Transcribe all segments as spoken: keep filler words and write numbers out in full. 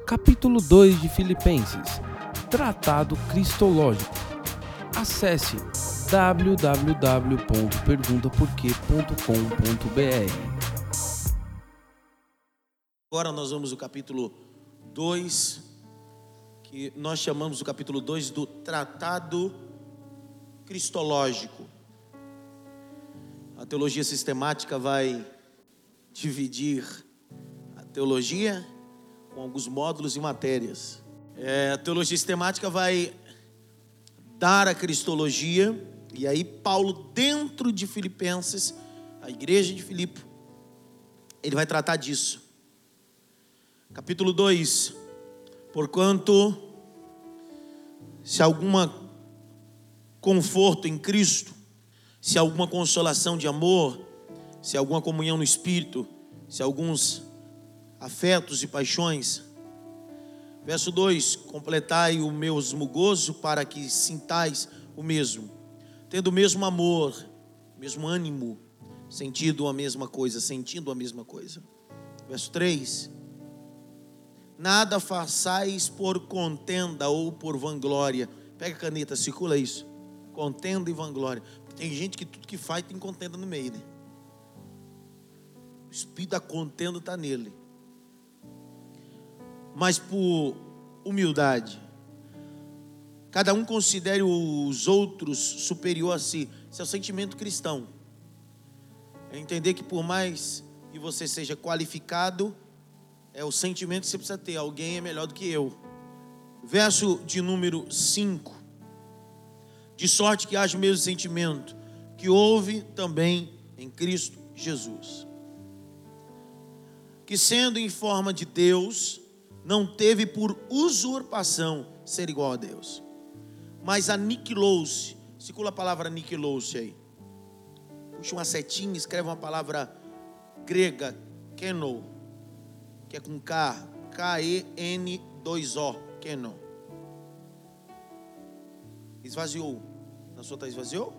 Capítulo dois de Filipenses, Tratado Cristológico. Acesse w w w ponto pergunta por que ponto com ponto b r. Agora nós vamos ao capítulo dois, que nós chamamos o capítulo dois do Tratado Cristológico. A teologia sistemática vai dividir a teologia com alguns módulos e matérias. É, a teologia sistemática vai dar a cristologia, e aí Paulo, dentro de Filipenses, a igreja de Filipe, ele vai tratar disso. Capítulo dois. Porquanto, se alguma conforto em Cristo, se alguma consolação de amor, se alguma comunhão no Espírito, se alguns afetos e paixões. Verso dois, completai o mesmo gozo para que sintais o mesmo, tendo o mesmo amor, mesmo ânimo, sentindo a mesma coisa, sentindo a mesma coisa. Verso três, nada façais por contenda ou por vanglória. Pega a caneta, circula isso. Contenda e vanglória. Tem gente que tudo que faz tem contenda no meio, né? O espírito da contenda está nele. Mas por humildade, cada um considere os outros superior a si. Esse é o sentimento cristão. É entender que por mais que você seja qualificado, é o sentimento que você precisa ter. Alguém é melhor do que eu. Verso de número cinco. De sorte que haja o mesmo sentimento que houve também em Cristo Jesus, que sendo em forma de Deus, não teve por usurpação ser igual a Deus, mas aniquilou-se. Circula a palavra aniquilou-se aí. Puxa uma setinha, escreve uma palavra grega, keno, que é com K, K E N dois O, keno. Esvaziou. Na sua está esvaziou?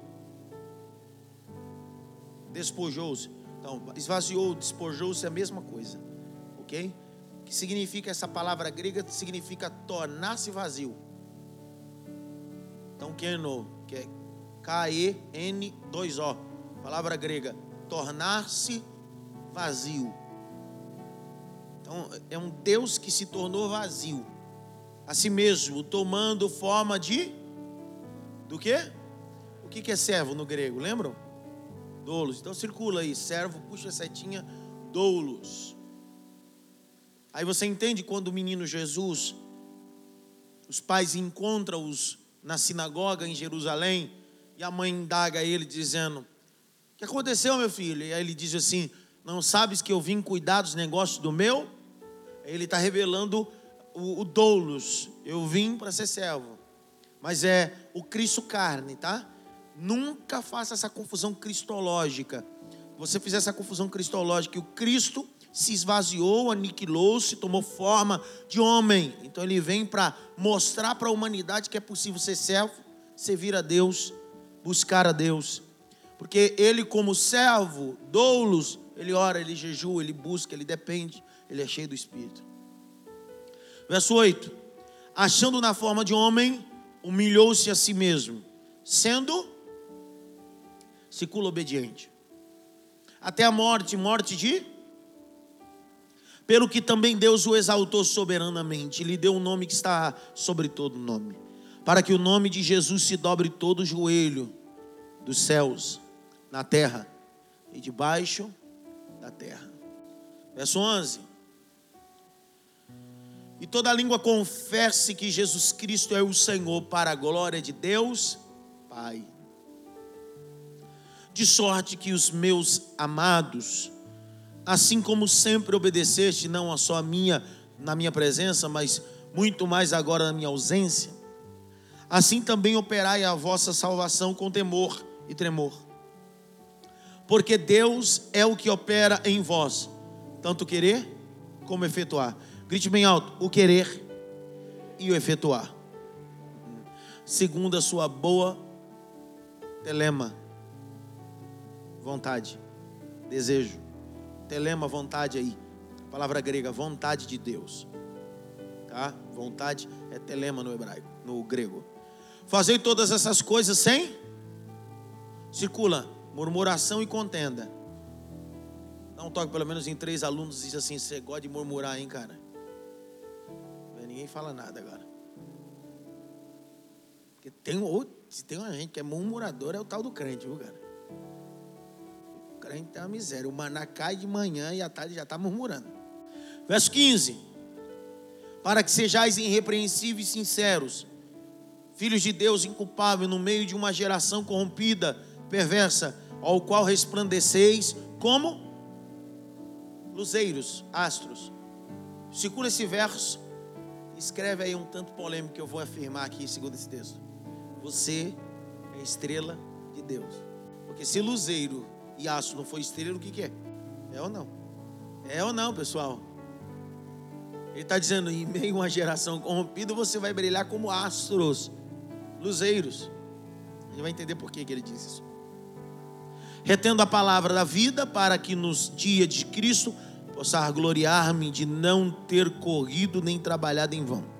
Despojou-se. Então, esvaziou, despojou-se é a mesma coisa. Ok? Que significa, essa palavra grega significa tornar-se vazio. Então, keno, que é K E N dois O. Palavra grega, tornar-se vazio. Então, é um Deus que se tornou vazio. A si mesmo, tomando forma de... Do quê? O que é servo no grego, lembram? Doulos. Então circula aí, servo, puxa a setinha, doulos. Aí você entende quando o menino Jesus, os pais encontram-os na sinagoga em Jerusalém, e a mãe indaga ele dizendo: o que aconteceu, meu filho? E aí ele diz assim: não sabes que eu vim cuidar dos negócios do meu? Aí ele está revelando o, o doulos. Eu vim para ser servo. Mas é o Cristo carne, tá? Nunca faça essa confusão cristológica. Se você fizer essa confusão cristológica, que o Cristo se esvaziou, aniquilou-se, tomou forma de homem. Então ele vem para mostrar para a humanidade que é possível ser servo, servir a Deus, buscar a Deus. Porque ele, como servo, doulos, ele ora, ele jejua, ele busca, ele depende, ele é cheio do Espírito. Verso oito. Achando na forma de homem, humilhou-se a si mesmo, sendo, circula obediente, até a morte, morte de, pelo que também Deus o exaltou soberanamente, lhe deu um nome que está sobre todo nome, para que o nome de Jesus se dobre todo o joelho dos céus, na terra e debaixo da terra. Verso onze. E toda língua confesse que Jesus Cristo é o Senhor, para a glória de Deus Pai. De sorte que os meus amados, assim como sempre obedeceste, não só a minha, na minha presença, mas muito mais agora na minha ausência, assim também operai a vossa salvação com temor e tremor. Porque Deus é o que opera em vós, tanto querer como efetuar. Grite bem alto: o querer e o efetuar, segundo a sua boa telema, vontade, desejo. Telema, vontade aí. Palavra grega, vontade de Deus. tá? Vontade é telema no hebraico, no grego. Fazei todas essas coisas sem, circula, murmuração e contenda. Dá um toque pelo menos em três alunos e diz assim: você gosta de murmurar, hein, cara? Ninguém fala nada agora. Porque tem, se tem uma gente que é murmurador, é o tal do crente, viu, cara? O crente é uma miséria. O maná cai de manhã e à tarde já está murmurando. Verso quinze. Para que sejais irrepreensíveis e sinceros, filhos de Deus inculpável, no meio de uma geração corrompida, perversa, ao qual resplandeceis como luzeiros, astros. Segura esse verso. Escreve aí um tanto polêmico que eu vou afirmar aqui, segundo esse texto. Você é estrela de Deus. Porque se luzeiro e astro não for estrela, o que que é? É ou não? É ou não, pessoal? Ele está dizendo, em meio a uma geração corrompida, você vai brilhar como astros, luzeiros. A gente vai entender por que que ele diz isso. Retendo a palavra da vida, para que nos dias de Cristo possa gloriar-me de não ter corrido nem trabalhado em vão.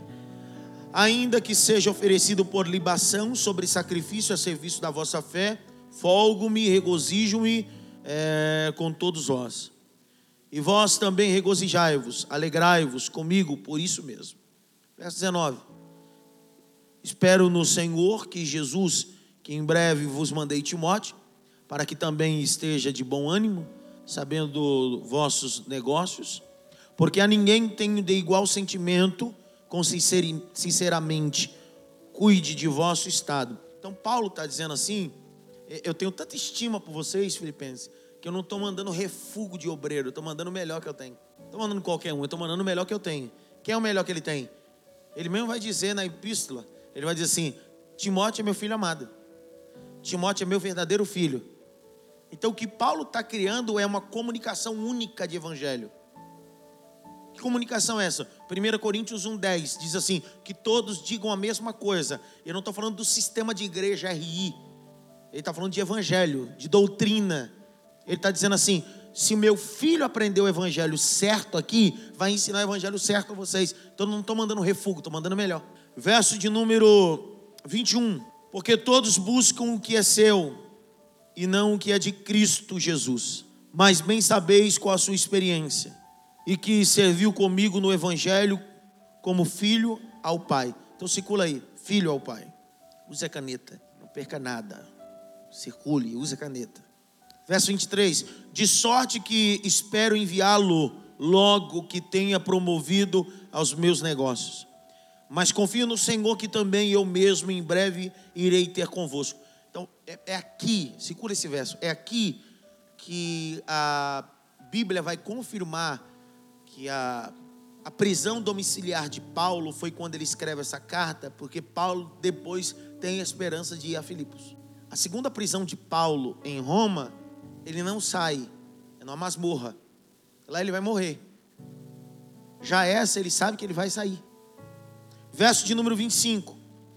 Ainda que seja oferecido por libação sobre sacrifício a serviço da vossa fé, folgo-me, regozijo-me é, com todos vós. E vós também regozijai-vos, alegrai-vos comigo por isso mesmo. Verso dezenove. Espero no Senhor que Jesus, que em breve vos mandei Timóteo, para que também esteja de bom ânimo, sabendo vossos negócios, porque a ninguém tenho de igual sentimento, com sinceramente cuide de vosso estado. Então Paulo está dizendo assim: eu tenho tanta estima por vocês, filipenses, que eu não estou mandando refúgio de obreiro, eu estou mandando o melhor que eu tenho. Estou mandando qualquer um, eu estou mandando o melhor que eu tenho. Quem é o melhor que ele tem? Ele mesmo vai dizer na epístola, ele vai dizer assim: Timóteo é meu filho amado, Timóteo é meu verdadeiro filho. Então o que Paulo está criando é uma comunicação única de evangelho. Que comunicação é essa? primeira Coríntios um, dez diz assim: que todos digam a mesma coisa. Eu não estou falando do sistema de igreja R I, ele está falando de evangelho, de doutrina. Ele está dizendo assim: se o meu filho aprendeu o evangelho certo aqui, vai ensinar o evangelho certo a vocês. Então não estou mandando refúgio, estou mandando melhor. Verso de número vinte e um. Porque todos buscam o que é seu e não o que é de Cristo Jesus. Mas bem sabeis qual a sua experiência, e que serviu comigo no evangelho como filho ao Pai. Então circula aí, filho ao Pai. Use a caneta, não perca nada. Circule, use a caneta. Verso vinte e três. De sorte que espero enviá-lo logo que tenha promovido aos meus negócios. Mas confio no Senhor que também eu mesmo em breve irei ter convosco. Então é, é aqui, segura esse verso, é aqui que a Bíblia vai confirmar que a, a prisão domiciliar de Paulo foi quando ele escreve essa carta, porque Paulo depois tem a esperança de ir a Filipos. A segunda prisão de Paulo em Roma, ele não sai, é numa masmorra. Lá ele vai morrer. Já essa ele sabe que ele vai sair. Verso de número vinte e cinco.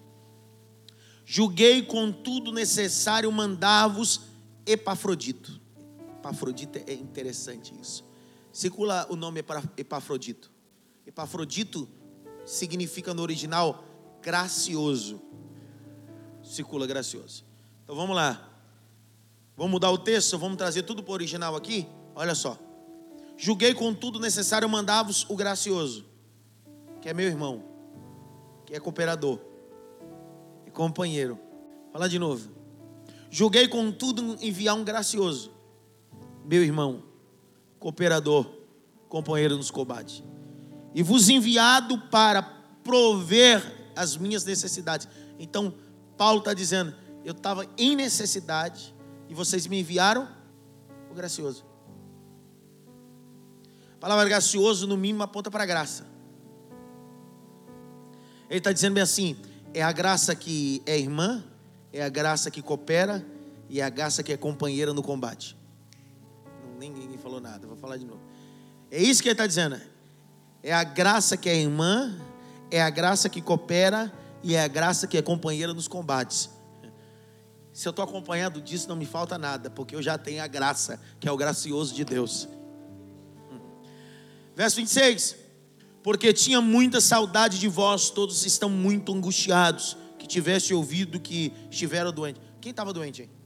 Julguei contudo necessário mandar-vos Epafrodito. Epafrodito é interessante isso. Circula o nome Epafrodito. Epafrodito significa no original gracioso. Circula gracioso. Então vamos lá. Vamos mudar o texto, vamos trazer tudo para o original aqui. Olha só. Julguei contudo necessário mandar-vos o gracioso, que é meu irmão, que é cooperador e companheiro. Fala de novo. Julguei contudo enviar um gracioso, meu irmão, cooperador, companheiro nos combates, e vos enviado para prover as minhas necessidades. Então Paulo está dizendo: eu estava em necessidade e vocês me enviaram o gracioso. A palavra gracioso no mínimo aponta para a graça. Ele está dizendo bem assim: é a graça que é irmã, é a graça que coopera e é a graça que é companheira no combate. Ninguém falou nada, vou falar de novo. É isso que ele está dizendo. É a graça que é irmã, é a graça que coopera e é a graça que é companheira nos combates. Se eu estou acompanhado disso, não me falta nada, porque eu já tenho a graça, que é o gracioso de Deus. Verso vinte e seis. porque tinha muita saudade de vós, todos estão muito angustiados, que tivesse ouvido que estiveram doentes. Quem estava doente aí?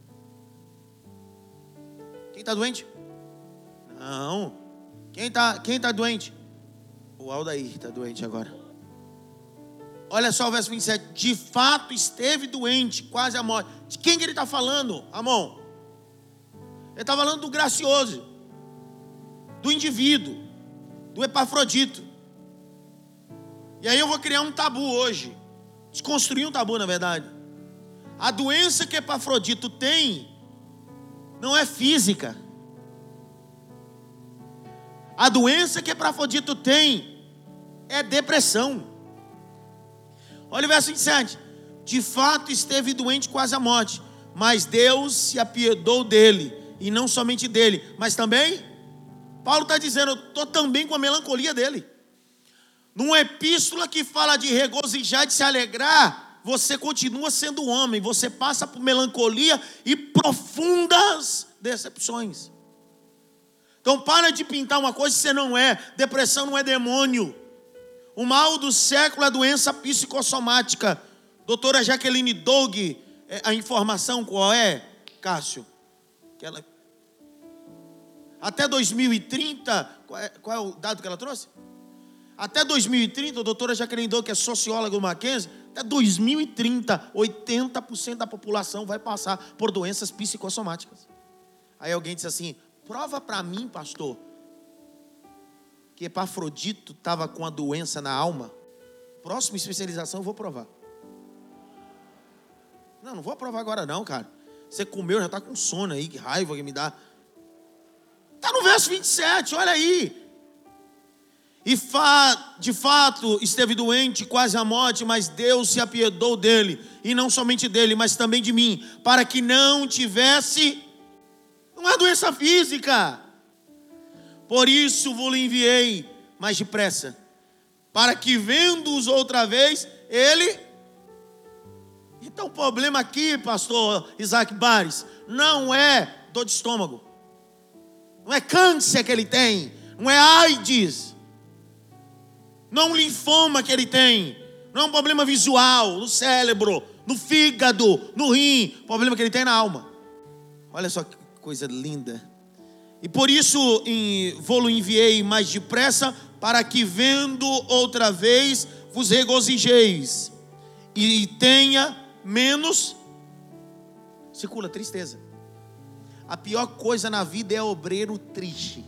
Quem está doente? Não. Quem está quem tá doente? O Aldair está doente agora. Olha só o verso vinte e sete. De fato esteve doente, quase à morte. De quem que ele está falando, Amon? Ele está falando do gracioso, do indivíduo, do Epafrodito. E aí eu vou criar um tabu hoje. Desconstruir um tabu, na verdade. A doença que Epafrodito tem não é física. A doença que Epafrodito tem é depressão. Olha o verso vinte e sete. De fato esteve doente quase à morte, mas Deus se apiedou dele, e não somente dele, mas também, Paulo está dizendo, eu estou também com a melancolia dele. Numa epístola que fala de regozijar, de se alegrar, você continua sendo homem, você passa por melancolia e profundas decepções. Então para de pintar uma coisa que você não é. Depressão não é demônio. O mal do século é a doença psicossomática. Doutora Jaqueline Doug, a informação qual é, Cássio? Que ela... Até dois mil e trinta, qual é, qual é o dado que ela trouxe? Até dois mil e trinta, a doutora Jaqueline Doug, que é socióloga do Mackenzie, até dois mil e trinta, oitenta por cento da população vai passar por doenças psicossomáticas. Aí alguém disse assim, prova para mim, pastor, que Epafrodito estava com a doença na alma. Próxima especialização eu vou provar. Não, não vou provar agora não, cara. Você comeu, já está com sono aí, que raiva que me dá. Está no verso vinte e sete, olha aí. E fa, de fato esteve doente, quase à morte, mas Deus se apiedou dele, e não somente dele, mas também de mim, para que não tivesse, não é doença física. Por isso vos enviei mais depressa, para que vendo-os outra vez, ele... Então o problema aqui, pastor Isaac Bares, não é dor de estômago, não é câncer que ele tem, não é AIDS, não é um linfoma que ele tem, não é um problema visual, no cérebro, no fígado, no rim, o problema que ele tem é na alma. Olha só que coisa linda. E por isso vou-lo enviei mais depressa, para que vendo outra vez vos regozijeis, e tenha menos, circula tristeza. A pior coisa na vida é obreiro triste,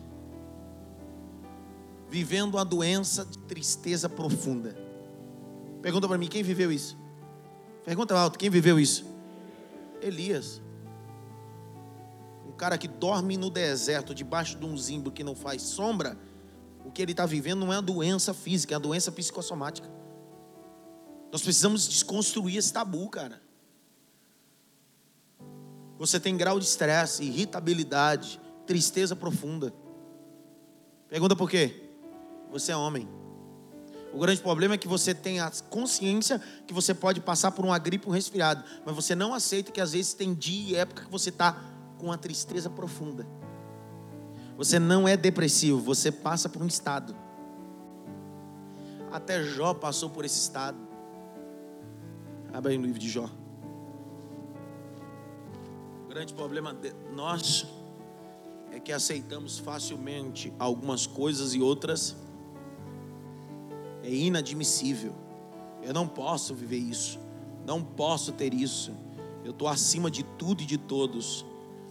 vivendo uma doença de tristeza profunda. Pergunta para mim, quem viveu isso? Pergunta alto, quem viveu isso? Elias. Um cara que dorme no deserto, debaixo de um zimbro que não faz sombra. O que ele está vivendo não é uma doença física, é uma doença psicossomática. Nós precisamos desconstruir esse tabu, cara. Você tem grau de estresse, irritabilidade, tristeza profunda. Pergunta por quê? Você é homem. O grande problema é que você tem a consciência que você pode passar por uma gripe, um resfriado, mas você não aceita que às vezes tem dia e época que você está com uma tristeza profunda. Você não é depressivo, você passa por um estado. Até Jó passou por esse estado. Abre aí no livro de Jó. O grande problema nosso é que aceitamos facilmente algumas coisas e outras é inadmissível. Eu não posso viver isso, não posso ter isso. Eu estou acima de tudo e de todos.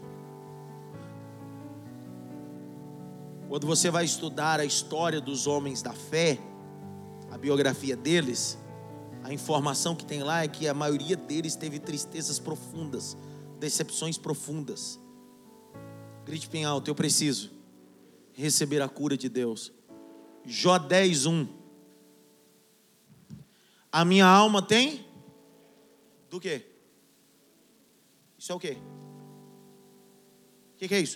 Quando você vai estudar a história dos homens da fé, a biografia deles, a informação que tem lá é que a maioria deles teve tristezas profundas, decepções profundas. Grite bem alto, eu preciso receber a cura de Deus. Jó dez, um. A minha alma tem? Do quê? Isso é o quê? O que, que é isso?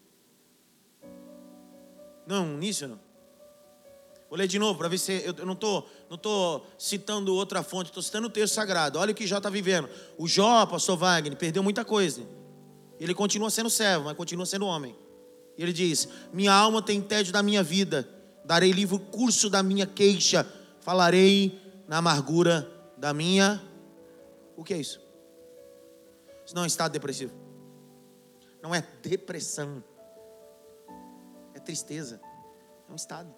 Não, nisso não. Vou ler de novo para ver se eu, eu não estou não tô citando outra fonte, estou citando o texto sagrado. Olha o que Jó está vivendo. O Jó, pastor Wagner, perdeu muita coisa. Ele continua sendo servo, mas continua sendo homem. Ele diz: minha alma tem tédio da minha vida, darei livre curso da minha queixa, falarei na amargura da minha... O que é isso? Isso não é um estado depressivo. Não é depressão. É tristeza. É um estado.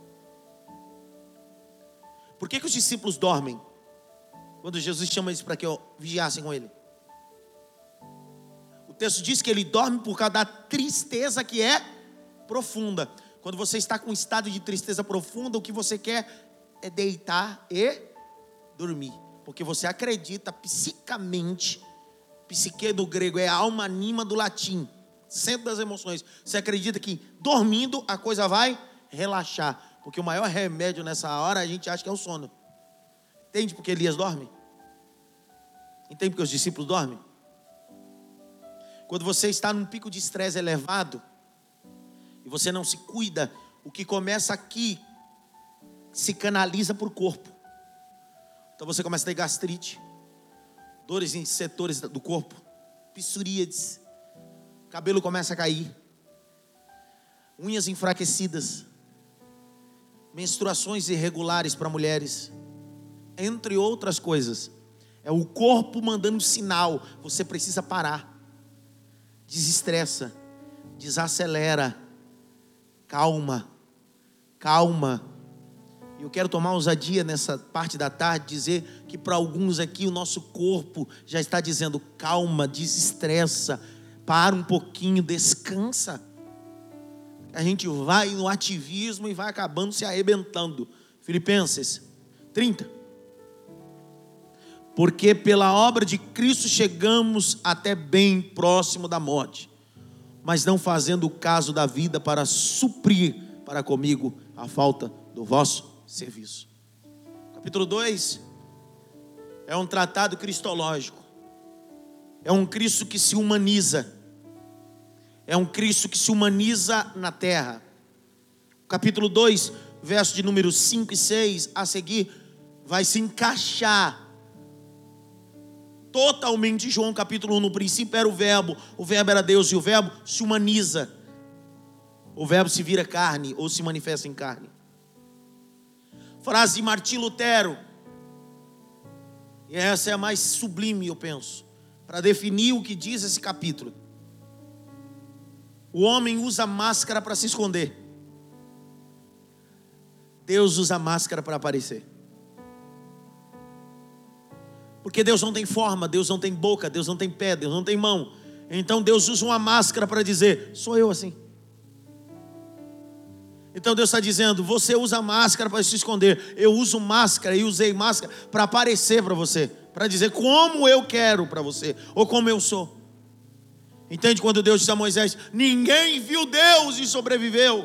Por que que os discípulos dormem? Quando Jesus chama eles para que vigiassem com ele. O texto diz que ele dorme por causa da tristeza que é profunda. Quando você está com um estado de tristeza profunda, o que você quer é deitar e dormir. Porque você acredita psicamente, psique do grego é alma, anima do latim, centro das emoções. Você acredita que dormindo a coisa vai relaxar. Porque o maior remédio nessa hora a gente acha que é o sono. Entende porque Elias dorme? Entende porque os discípulos dormem? Quando você está num pico de estresse elevado e você não se cuida, o que começa aqui se canaliza para o corpo. Então você começa a ter gastrite, dores em setores do corpo, psoríades, cabelo começa a cair, unhas enfraquecidas, menstruações irregulares para mulheres, entre outras coisas. É o corpo mandando sinal, você precisa parar. Desestressa, desacelera, calma, calma. E eu quero tomar ousadia nessa parte da tarde, dizer que para alguns aqui o nosso corpo já está dizendo: calma, desestressa, para um pouquinho, descansa. A gente vai no ativismo e vai acabando se arrebentando. Filipenses trinta. Porque pela obra de Cristo chegamos até bem próximo da morte, mas não fazendo caso da vida para suprir para comigo a falta do vosso serviço. Capítulo dois é um tratado cristológico. É um Cristo que se humaniza. É um Cristo que se humaniza na terra. Capítulo dois, verso de número cinco e seis, a seguir, vai se encaixar totalmente João capítulo um. No princípio era o verbo, o verbo era Deus, e o verbo se humaniza. O verbo se vira carne, ou se manifesta em carne. Frase de Martim Lutero, e essa é a mais sublime, eu penso, para definir o que diz esse capítulo. O homem usa máscara para se esconder. Deus usa máscara para aparecer. Porque Deus não tem forma, Deus não tem boca, Deus não tem pé, Deus não tem mão. Então Deus usa uma máscara para dizer: sou eu assim. Então Deus está dizendo: você usa máscara para se esconder, eu uso máscara e usei máscara para aparecer para você, para dizer como eu quero para você, ou como eu sou. Entende quando Deus disse a Moisés: ninguém viu Deus e sobreviveu.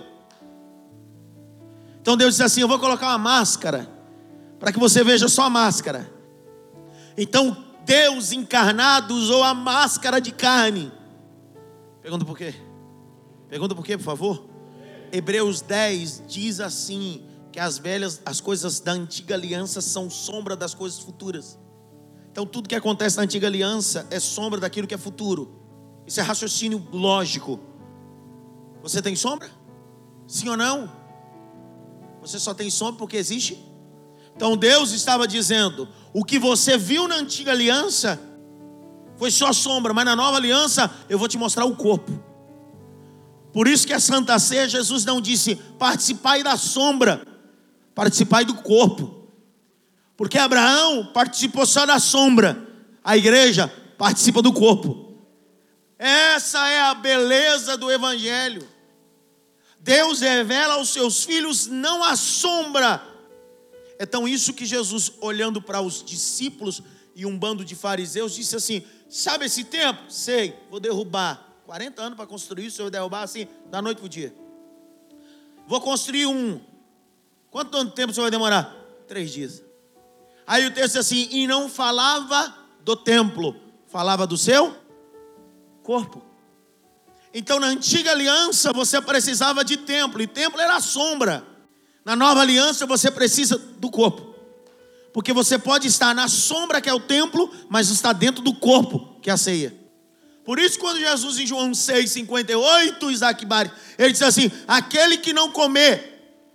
Então Deus disse assim: eu vou colocar uma máscara para que você veja só a máscara. Então Deus encarnado usou a máscara de carne. Pergunta por quê? Pergunta por quê, por favor? Hebreus dez diz assim, que as velhas, as coisas da antiga aliança são sombra das coisas futuras. Então tudo que acontece na antiga aliança é sombra daquilo que é futuro. Isso é raciocínio lógico. Você tem sombra? Sim ou não? Você só tem sombra porque existe? Então Deus estava dizendo: o que você viu na antiga aliança foi só sombra, mas na nova aliança eu vou te mostrar o corpo. Por isso que a Santa Ceia, Jesus não disse: participai da sombra, participai do corpo. Porque Abraão participou só da sombra, a igreja participa do corpo. Essa é a beleza do Evangelho. Deus revela aos seus filhos não a sombra. É tão isso que Jesus, olhando para os discípulos e um bando de fariseus, disse assim: sabe esse templo? Sei, vou derrubar. quarenta anos para construir isso, eu vou derrubar assim, da noite para o dia. Vou construir um. Quanto tempo você vai demorar? Três dias. Aí o texto diz assim: e não falava do templo, falava do seu corpo. Então na antiga aliança você precisava de templo, e templo era a sombra. Na nova aliança você precisa do corpo. Porque você pode estar na sombra, que é o templo, mas está dentro do corpo, que é a ceia. Por isso quando Jesus em João seis, cinquenta e oito, Isaac Bari, ele diz assim: aquele que não comer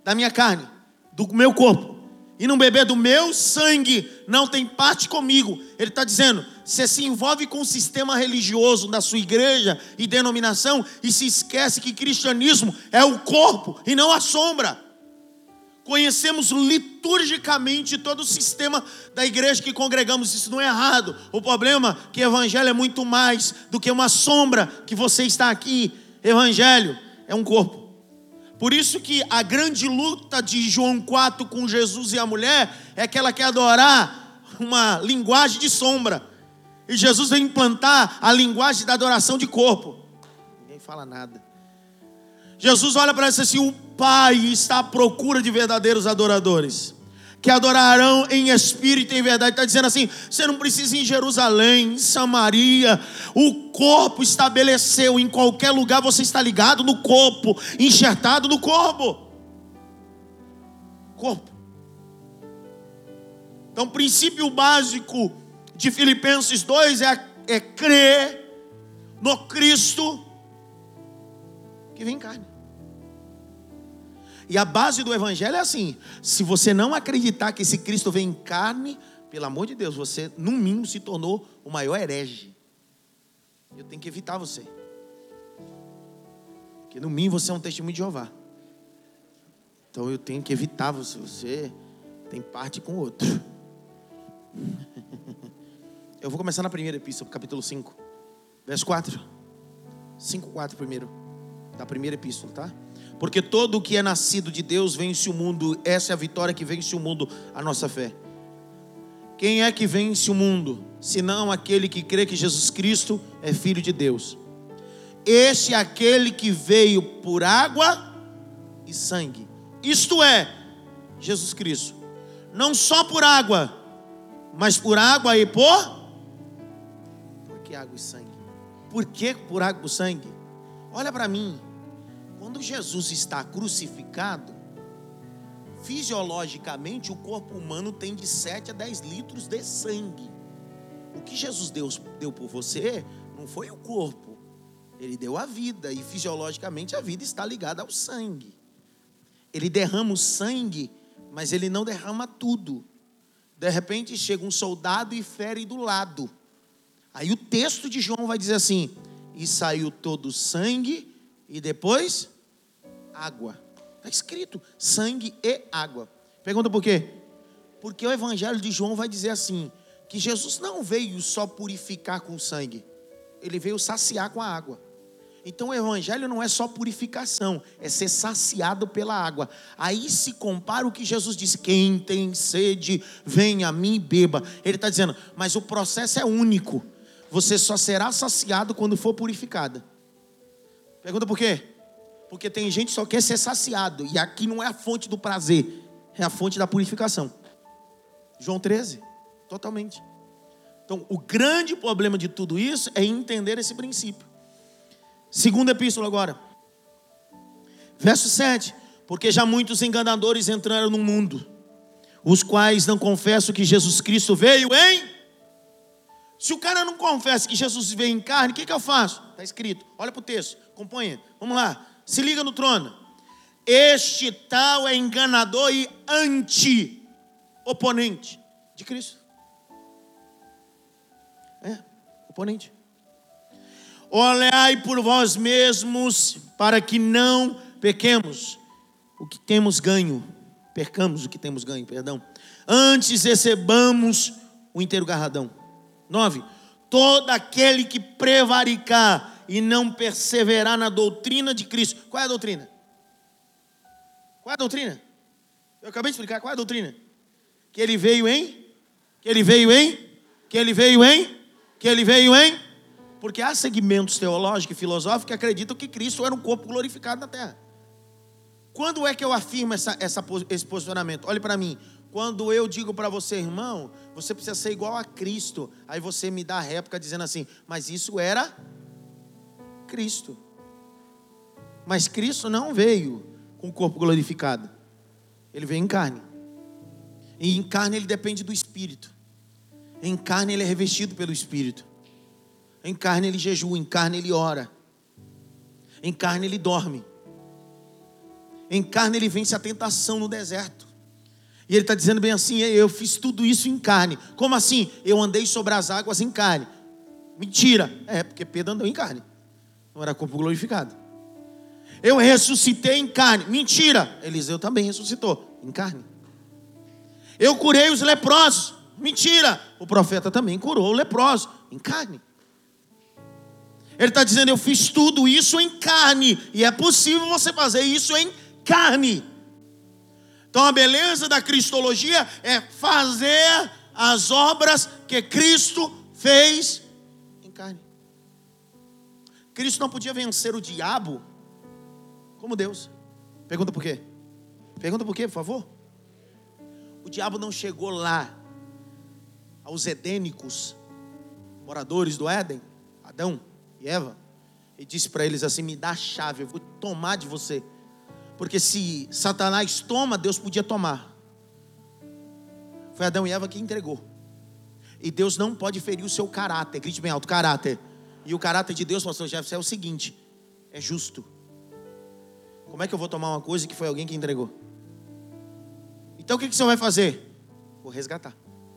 da minha carne, do meu corpo, e não beber do meu sangue, não tem parte comigo. Ele está dizendo, você se envolve com o sistema religioso da sua igreja e denominação e se esquece que cristianismo é o corpo e não a sombra. Conhecemos liturgicamente todo o sistema da igreja que congregamos, isso não é errado. O problema é que evangelho é muito mais do que uma sombra que você está aqui. Evangelho é um corpo. Por isso que a grande luta de João quatro com Jesus e a mulher é que ela quer adorar uma linguagem de sombra. E Jesus vem implantar a linguagem da adoração de corpo. Ninguém fala nada. Jesus olha para ela e diz assim, o Pai está à procura de verdadeiros adoradores, que adorarão em espírito e em verdade. Está dizendo assim, você não precisa ir em Jerusalém, em Samaria. O corpo estabeleceu, em qualquer lugar você está ligado no corpo, enxertado no corpo. Corpo. Então o princípio básico de Filipenses dois é, é crer no Cristo que vem em carne. E a base do evangelho é assim, se você não acreditar que esse Cristo vem em carne, pelo amor de Deus, você no mínimo se tornou o maior herege. Eu tenho que evitar você, porque no mínimo você é um testemunho de Jeová. Então eu tenho que evitar você, você tem parte com o outro. Eu vou começar na primeira epístola, capítulo cinco, verso quatro. cinco, quatro primeiro, da primeira epístola, tá? Porque todo o que é nascido de Deus vence o mundo. Essa é a vitória que vence o mundo, a nossa fé. Quem é que vence o mundo? Senão aquele que crê que Jesus Cristo é Filho de Deus. Este é aquele que veio por água e sangue. Isto é, Jesus Cristo. Não só por água, mas por água e por... Por que água e sangue? Por que por água e sangue? Olha para mim. Quando Jesus está crucificado, fisiologicamente o corpo humano tem de sete a dez litros de sangue. O que Jesus deu, deu por você não foi o corpo, Ele deu a vida, e fisiologicamente a vida está ligada ao sangue. Ele derrama o sangue, mas Ele não derrama tudo. De repente chega um soldado e fere do lado. Aí o texto de João vai dizer assim, e saiu todo o sangue, e depois, água. Está escrito, sangue e água. Pergunta por quê? Porque o evangelho de João vai dizer assim, que Jesus não veio só purificar com sangue. Ele veio saciar com a água. Então o evangelho não é só purificação, é ser saciado pela água. Aí se compara o que Jesus disse, quem tem sede, venha a mim e beba. Ele está dizendo, mas o processo é único. Você só será saciado quando for purificada. Pergunta por quê? Porque tem gente que só quer ser saciado. E aqui não é a fonte do prazer, é a fonte da purificação. João treze, totalmente. Então o grande problema de tudo isso é entender esse princípio. Segunda epístola agora, verso sete. Porque já muitos enganadores entraram no mundo, os quais não confessam que Jesus Cristo veio em... Se o cara não confessa que Jesus veio em carne, o que, que eu faço? Está escrito, olha para o texto, acompanha, vamos lá, se liga no trono. Este tal é enganador e anti-oponente de Cristo. É, oponente. Olhai por vós mesmos, para que não pequemos o que temos ganho, percamos o que temos ganho, perdão. Antes recebamos o inteiro garradão. nove. Todo aquele que prevaricar e não perseverar na doutrina de Cristo. Qual é a doutrina? Qual é a doutrina? Eu acabei de explicar, qual é a doutrina? Que ele veio em? Que ele veio em? Que ele veio em? Que ele veio em? Porque há segmentos teológicos e filosóficos que acreditam que Cristo era um corpo glorificado na terra. Quando é que eu afirmo essa, essa, esse posicionamento? Olhe para mim. Quando eu digo para você, irmão, você precisa ser igual a Cristo. Aí você me dá a réplica dizendo assim, mas isso era Cristo. Mas Cristo não veio com o corpo glorificado. Ele veio em carne. E em carne ele depende do Espírito. Em carne ele é revestido pelo Espírito. Em carne ele jejua, em carne ele ora. Em carne ele dorme. Em carne ele vence a tentação no deserto. E ele está dizendo bem assim: eu fiz tudo isso em carne. Como assim? Eu andei sobre as águas em carne. Mentira. É, porque Pedro andou em carne. Não era corpo glorificado. Eu ressuscitei em carne. Mentira. Eliseu também ressuscitou em carne. Eu curei os leprosos. Mentira. O profeta também curou o leproso em carne. Ele está dizendo: eu fiz tudo isso em carne. E é possível você fazer isso em carne. Então a beleza da cristologia é fazer as obras que Cristo fez em carne. Cristo não podia vencer o diabo como Deus. Pergunta por quê? Pergunta por quê, por favor? O diabo não chegou lá aos edênicos, moradores do Éden, Adão e Eva, e disse para eles assim: me dá a chave, eu vou tomar de você. Porque se Satanás toma, Deus podia tomar. Foi Adão e Eva que entregou. E Deus não pode ferir o seu caráter. Grite bem alto: caráter. E o caráter de Deus, pastor Jefferson, é o seguinte: é justo. Como é que eu vou tomar uma coisa que foi alguém que entregou? Então o que, que você vai fazer? Vou resgatar.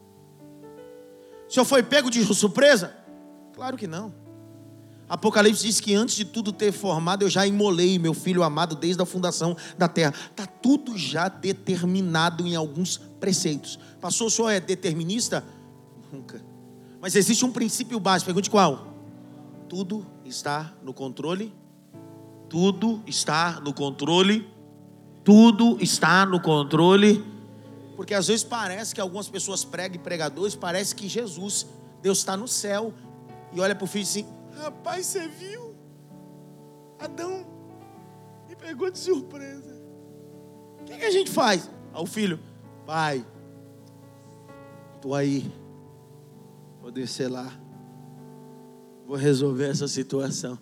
O senhor foi pego de surpresa? Claro que não. Apocalipse diz que antes de tudo ter formado, eu já imolei meu filho amado desde a fundação da terra. Está tudo já determinado em alguns preceitos. Pastor, o senhor é determinista? Nunca. Mas existe um princípio básico. Pergunte qual? Tudo está no controle. Tudo está no controle. Tudo está no controle. Porque às vezes parece que algumas pessoas pregam e pregadores, parece que Jesus, Deus está no céu e olha para o filho assim: rapaz, você viu? Adão me pegou de surpresa. O que, que a gente faz? Ao filho: pai, estou aí, vou descer lá, vou resolver essa situação.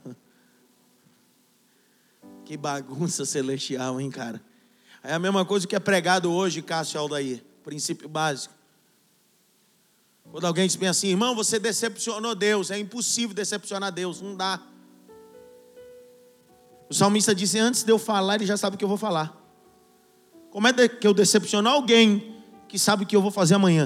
Que bagunça celestial, hein, cara? É a mesma coisa que é pregado hoje, Cássio Aldair. Princípio básico. Quando alguém diz bem assim: irmão, você decepcionou Deus. É impossível decepcionar Deus, não dá. O salmista disse: antes de eu falar, ele já sabe o que eu vou falar. Como é que eu decepciono alguém que sabe o que eu vou fazer amanhã?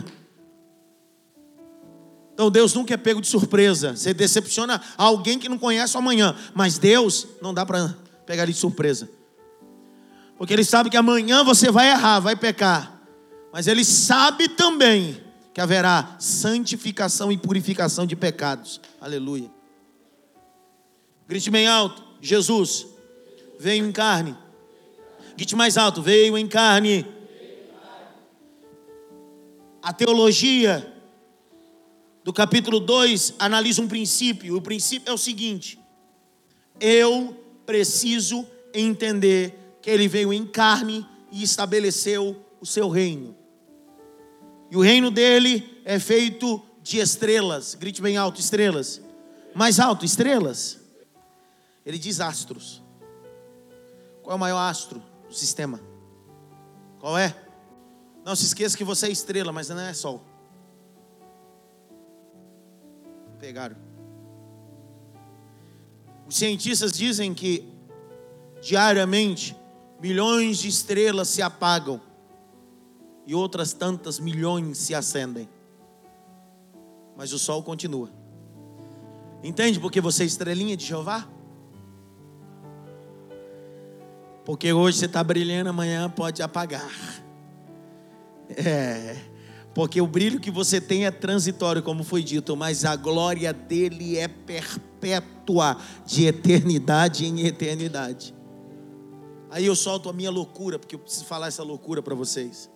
Então Deus nunca é pego de surpresa. Você decepciona alguém que não conhece o amanhã. Mas Deus não dá para pegar ele de surpresa. Porque Ele sabe que amanhã você vai errar, vai pecar. Mas Ele sabe também que haverá santificação e purificação de pecados. Aleluia. Grite bem alto: Jesus veio em carne. Grite mais alto: veio em carne. A teologia do capítulo dois analisa um princípio. O princípio é o seguinte: eu preciso entender que Ele veio em carne e estabeleceu o seu reino. E o reino dele é feito de estrelas. Grite bem alto: estrelas. Mais alto: estrelas. Ele diz astros. Qual é o maior astro do sistema? Qual é? Não se esqueça que você é estrela, mas não é sol. Pegaram. Os cientistas dizem que diariamente milhões de estrelas se apagam e outras tantas milhões se acendem. Mas o sol continua. Entende porque você é estrelinha de Jeová? Porque hoje você está brilhando, amanhã pode apagar. É, porque o brilho que você tem é transitório, como foi dito, mas a glória dele é perpétua, de eternidade em eternidade. Aí eu solto a minha loucura, porque eu preciso falar essa loucura para vocês.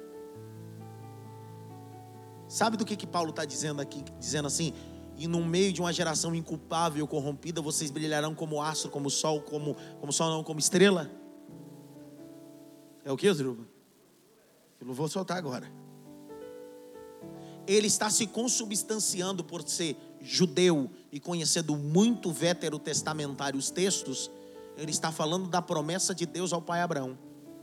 Sabe do que, que Paulo está dizendo aqui? Dizendo assim: e no meio de uma geração inculpável e corrompida, vocês brilharão como astro, como sol, como, como sol não, como estrela. É o que, Zruba? Eu não vou soltar agora. Ele está se consubstanciando por ser judeu e conhecendo muito veterotestamentário os textos. Ele está falando da promessa de Deus ao pai Abraão.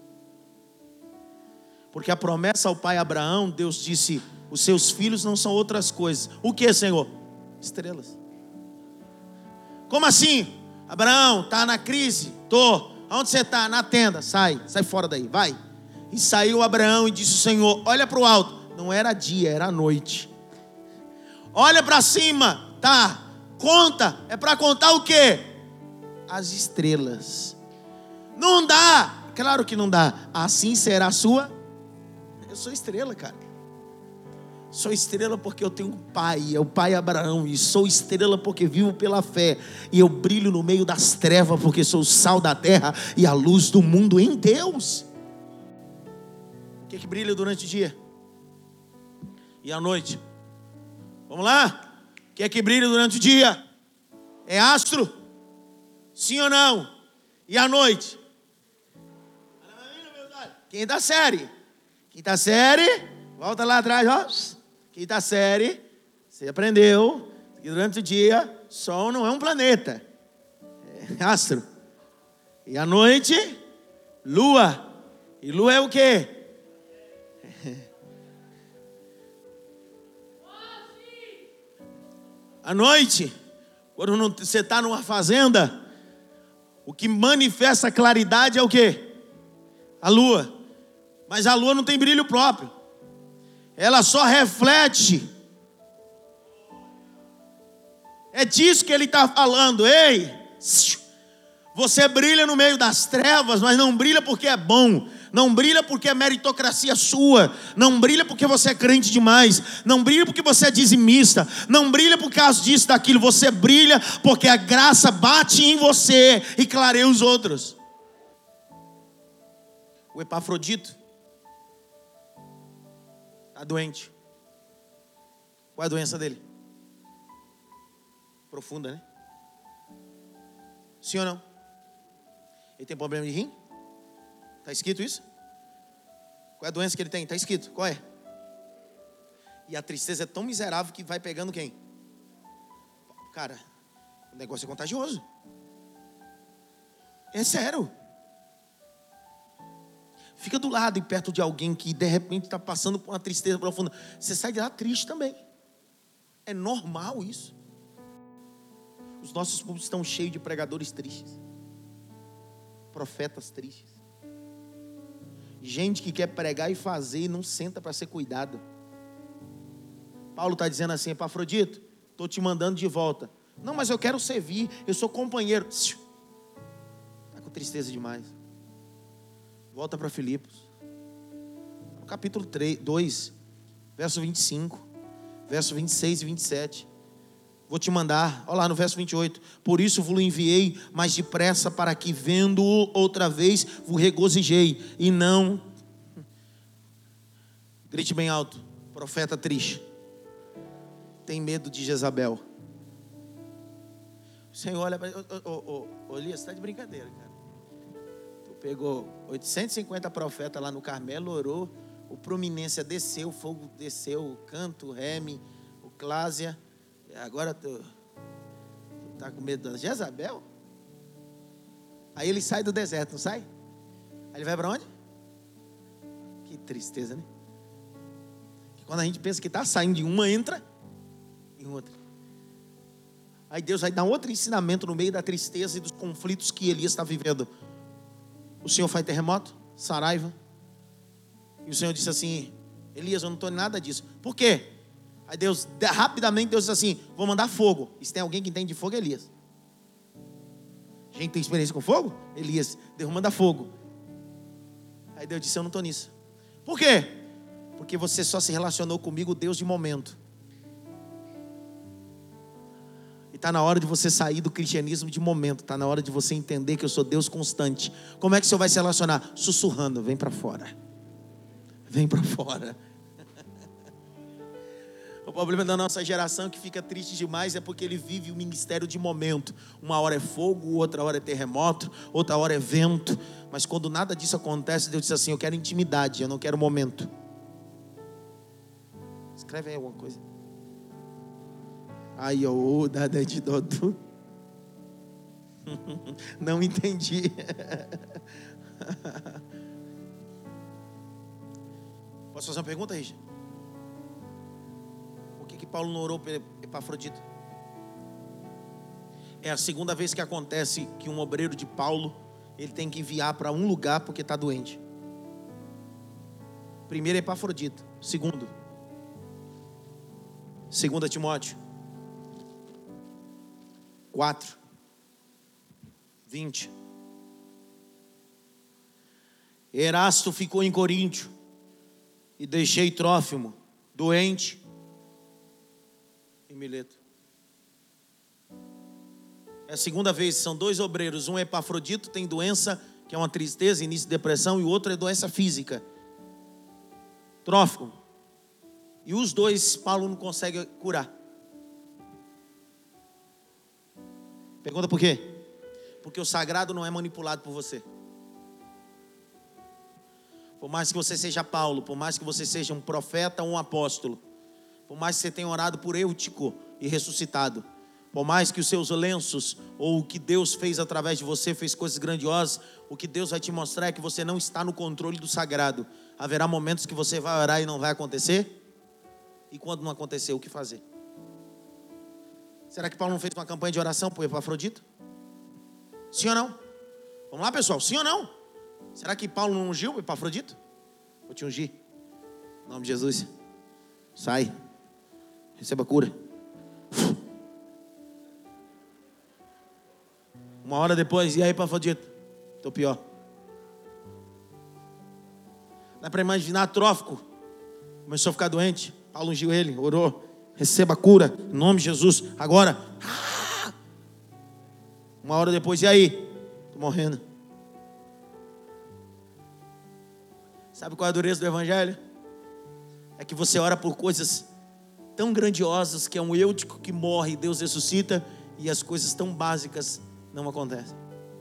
Porque a promessa ao pai Abraão, Deus disse: os seus filhos não são outras coisas. O que, Senhor? Estrelas. Como assim? Abraão, está na crise? Tô. Onde você está? Na tenda. Sai, sai fora daí, vai. E saiu Abraão e disse: Senhor, olha para o alto. Não era dia, era noite. Olha para cima, tá? Conta, é para contar o quê? As estrelas. Não dá, claro que não dá. Assim será a sua. Eu sou estrela, cara. Sou estrela porque eu tenho um pai, é o pai Abraão. E sou estrela porque vivo pela fé. E eu brilho no meio das trevas porque sou o sal da terra e a luz do mundo em Deus. O que é que brilha durante o dia? E à noite? Vamos lá? O que é que brilha durante o dia? É astro? Sim ou não? E à noite? Quinta série. Quinta série. Volta lá atrás, ó. Quinta série. Você aprendeu que durante o dia, Sol não é um planeta. É astro. E à noite, Lua. E Lua é o quê? À noite, quando não, você está numa fazenda, o que manifesta a claridade é o quê? A lua. Mas a lua não tem brilho próprio. Ela só reflete. É disso que ele está falando. Ei, você brilha no meio das trevas, mas não brilha porque é bom. Não brilha porque é meritocracia sua. Não brilha porque você é crente demais. Não brilha porque você é dizimista. Não brilha por causa disso, daquilo. Você brilha porque a graça bate em você e clareia os outros. O Epafrodito está doente. Qual é a doença dele? Profunda, né? Sim ou não? Ele tem problema de rim? Está escrito isso? Qual é a doença que ele tem? Está escrito. Qual é? E a tristeza é tão miserável que vai pegando quem? Cara, o negócio é contagioso. É sério. Fica do lado e perto de alguém que de repente está passando por uma tristeza profunda. Você sai de lá triste também. É normal isso. Os nossos públicos estão cheios de pregadores tristes. Profetas tristes. Gente que quer pregar e fazer e não senta para ser cuidado. Paulo está dizendo assim: Epafrodito, estou te mandando de volta. Não, mas eu quero servir, eu sou companheiro. Está com tristeza demais. Volta para Filipos. No capítulo três, dois, verso vinte e cinco, verso vinte e seis e vinte e sete. Vou te mandar, olha lá no verso vinte e oito. Por isso vos enviei mais depressa, para que vendo-o outra vez vos regozijei. E não, grite bem alto, profeta triste, tem medo de Jezabel. O Senhor olha para ele: ô, ô, ô, Elias, você está de brincadeira, cara. Tu pegou oitocentos e cinquenta profetas lá no Carmelo, orou, o Prominência desceu, o fogo desceu, o Canto, o Reme, o Clásia. Agora tu, tu tá com medo da Jezabel? Aí ele sai do deserto, não sai? Aí ele vai para onde? Que tristeza, né? Que quando a gente pensa que está saindo de uma, entra em outra. Aí Deus vai dar outro ensinamento no meio da tristeza e dos conflitos que Elias está vivendo. O Senhor faz terremoto, saraiva. E o Senhor disse assim: Elias, eu não estou em nada disso. Por quê? Aí Deus, rapidamente Deus disse assim: vou mandar fogo. E se tem alguém que entende de fogo, é Elias. Gente tem experiência com fogo? Elias, Deus manda fogo. Aí Deus disse: eu não estou nisso. Por quê? Porque você só se relacionou comigo, Deus, de momento. E está na hora de você sair do cristianismo de momento. Está na hora de você entender que eu sou Deus constante. Como é que o Senhor vai se relacionar? Sussurrando: vem para fora. Vem para fora. O problema da nossa geração que fica triste demais é porque ele vive o ministério de momento. Uma hora é fogo, outra hora é terremoto, outra hora é vento. Mas quando nada disso acontece, Deus diz assim: eu quero intimidade, eu não quero momento. Escreve aí alguma coisa. Ai, ô, dada de Dodô. Não entendi. Posso fazer uma pergunta, Richard? Por que que Paulo não orou para Epafrodito? É a segunda vez que acontece que um obreiro de Paulo ele tem que enviar para um lugar porque está doente. Primeiro é Epafrodito. Segundo, Segunda Timóteo quatro, vinte. Erasto ficou em Coríntio e deixei Trófimo doente em Mileto. É a segunda vez, são dois obreiros. Um é Epafrodito, tem doença, que é uma tristeza, início de depressão, e o outro é doença física, Trófimo. E os dois Paulo não consegue curar. Pergunta por quê? Porque o sagrado não é manipulado por você. Por mais que você seja Paulo, por mais que você seja um profeta ou um apóstolo, por mais que você tenha orado por Eutico e ressuscitado, por mais que os seus lenços ou o que Deus fez através de você fez coisas grandiosas, o que Deus vai te mostrar é que você não está no controle do sagrado. Haverá momentos que você vai orar e não vai acontecer. E quando não acontecer, o que fazer? Será que Paulo não fez uma campanha de oração para o Epafrodito? Sim ou não? Vamos lá, pessoal, sim ou não? Será que Paulo não ungiu o Epafrodito? Vou te ungir. Em nome de Jesus. Sai. Receba cura. Uma hora depois, e aí, Epafrodito? Estou pior. Dá para imaginar Trófico. Começou a ficar doente. Paulo ungiu ele, orou. Receba cura, em nome de Jesus. Agora. Uma hora depois, e aí? Estou morrendo. Sabe qual é a dureza do evangelho? É que você ora por coisas tão grandiosas, que é um Eutico que morre e Deus ressuscita, e as coisas tão básicas não acontecem.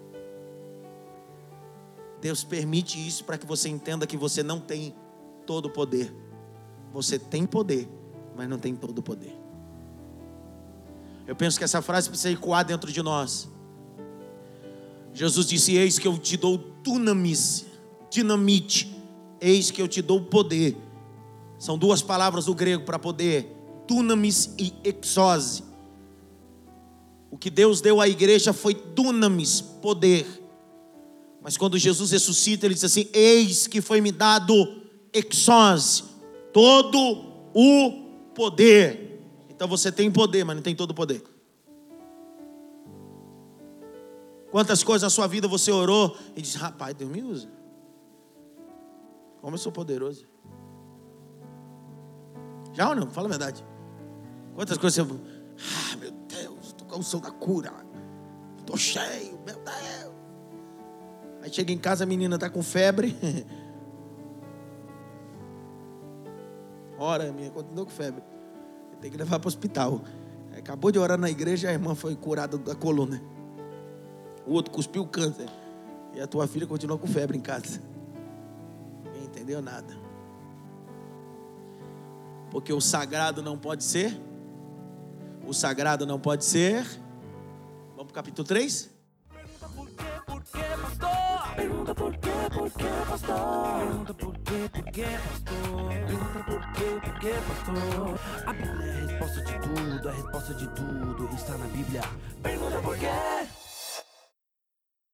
Deus permite isso para que você entenda que você não tem todo o poder. Você tem poder, mas não tem todo o poder. Eu penso que essa frase precisa ecoar dentro de nós. Jesus disse: eis que eu te dou dunamis, dinamite. Eis que eu te dou poder. São duas palavras do grego para poder: dunamis e exose. O que Deus deu à igreja foi dunamis, poder. Mas quando Jesus ressuscita, ele diz assim: eis que foi me dado exose, todo o poder. Então você tem poder, mas não tem todo o poder. Quantas coisas na sua vida você orou e disse: rapaz, Deus me usa. Como eu sou poderoso. Já ou não? Fala a verdade. Quantas coisas você... ah, meu Deus, estou com a unção da cura. Estou cheio, meu Deus. Aí chega em casa, a menina está com febre. Ora, a minha continuou com febre. Tem que levar para o hospital. Acabou de orar na igreja, a irmã foi curada da coluna. O outro cuspiu o câncer. E a tua filha continuou com febre em casa. Ninguém entendeu nada. Porque o sagrado não pode ser. O sagrado não pode ser. Vamos para o capítulo três? Pergunta por quê, por quê, pastor? Pergunta por quê, por quê, pastor? Pergunta por quê, por quê, pastor? Pergunta por quê, por quê, pastor? A Bíblia é a resposta de tudo, a resposta de tudo está na Bíblia. Pergunta por quê?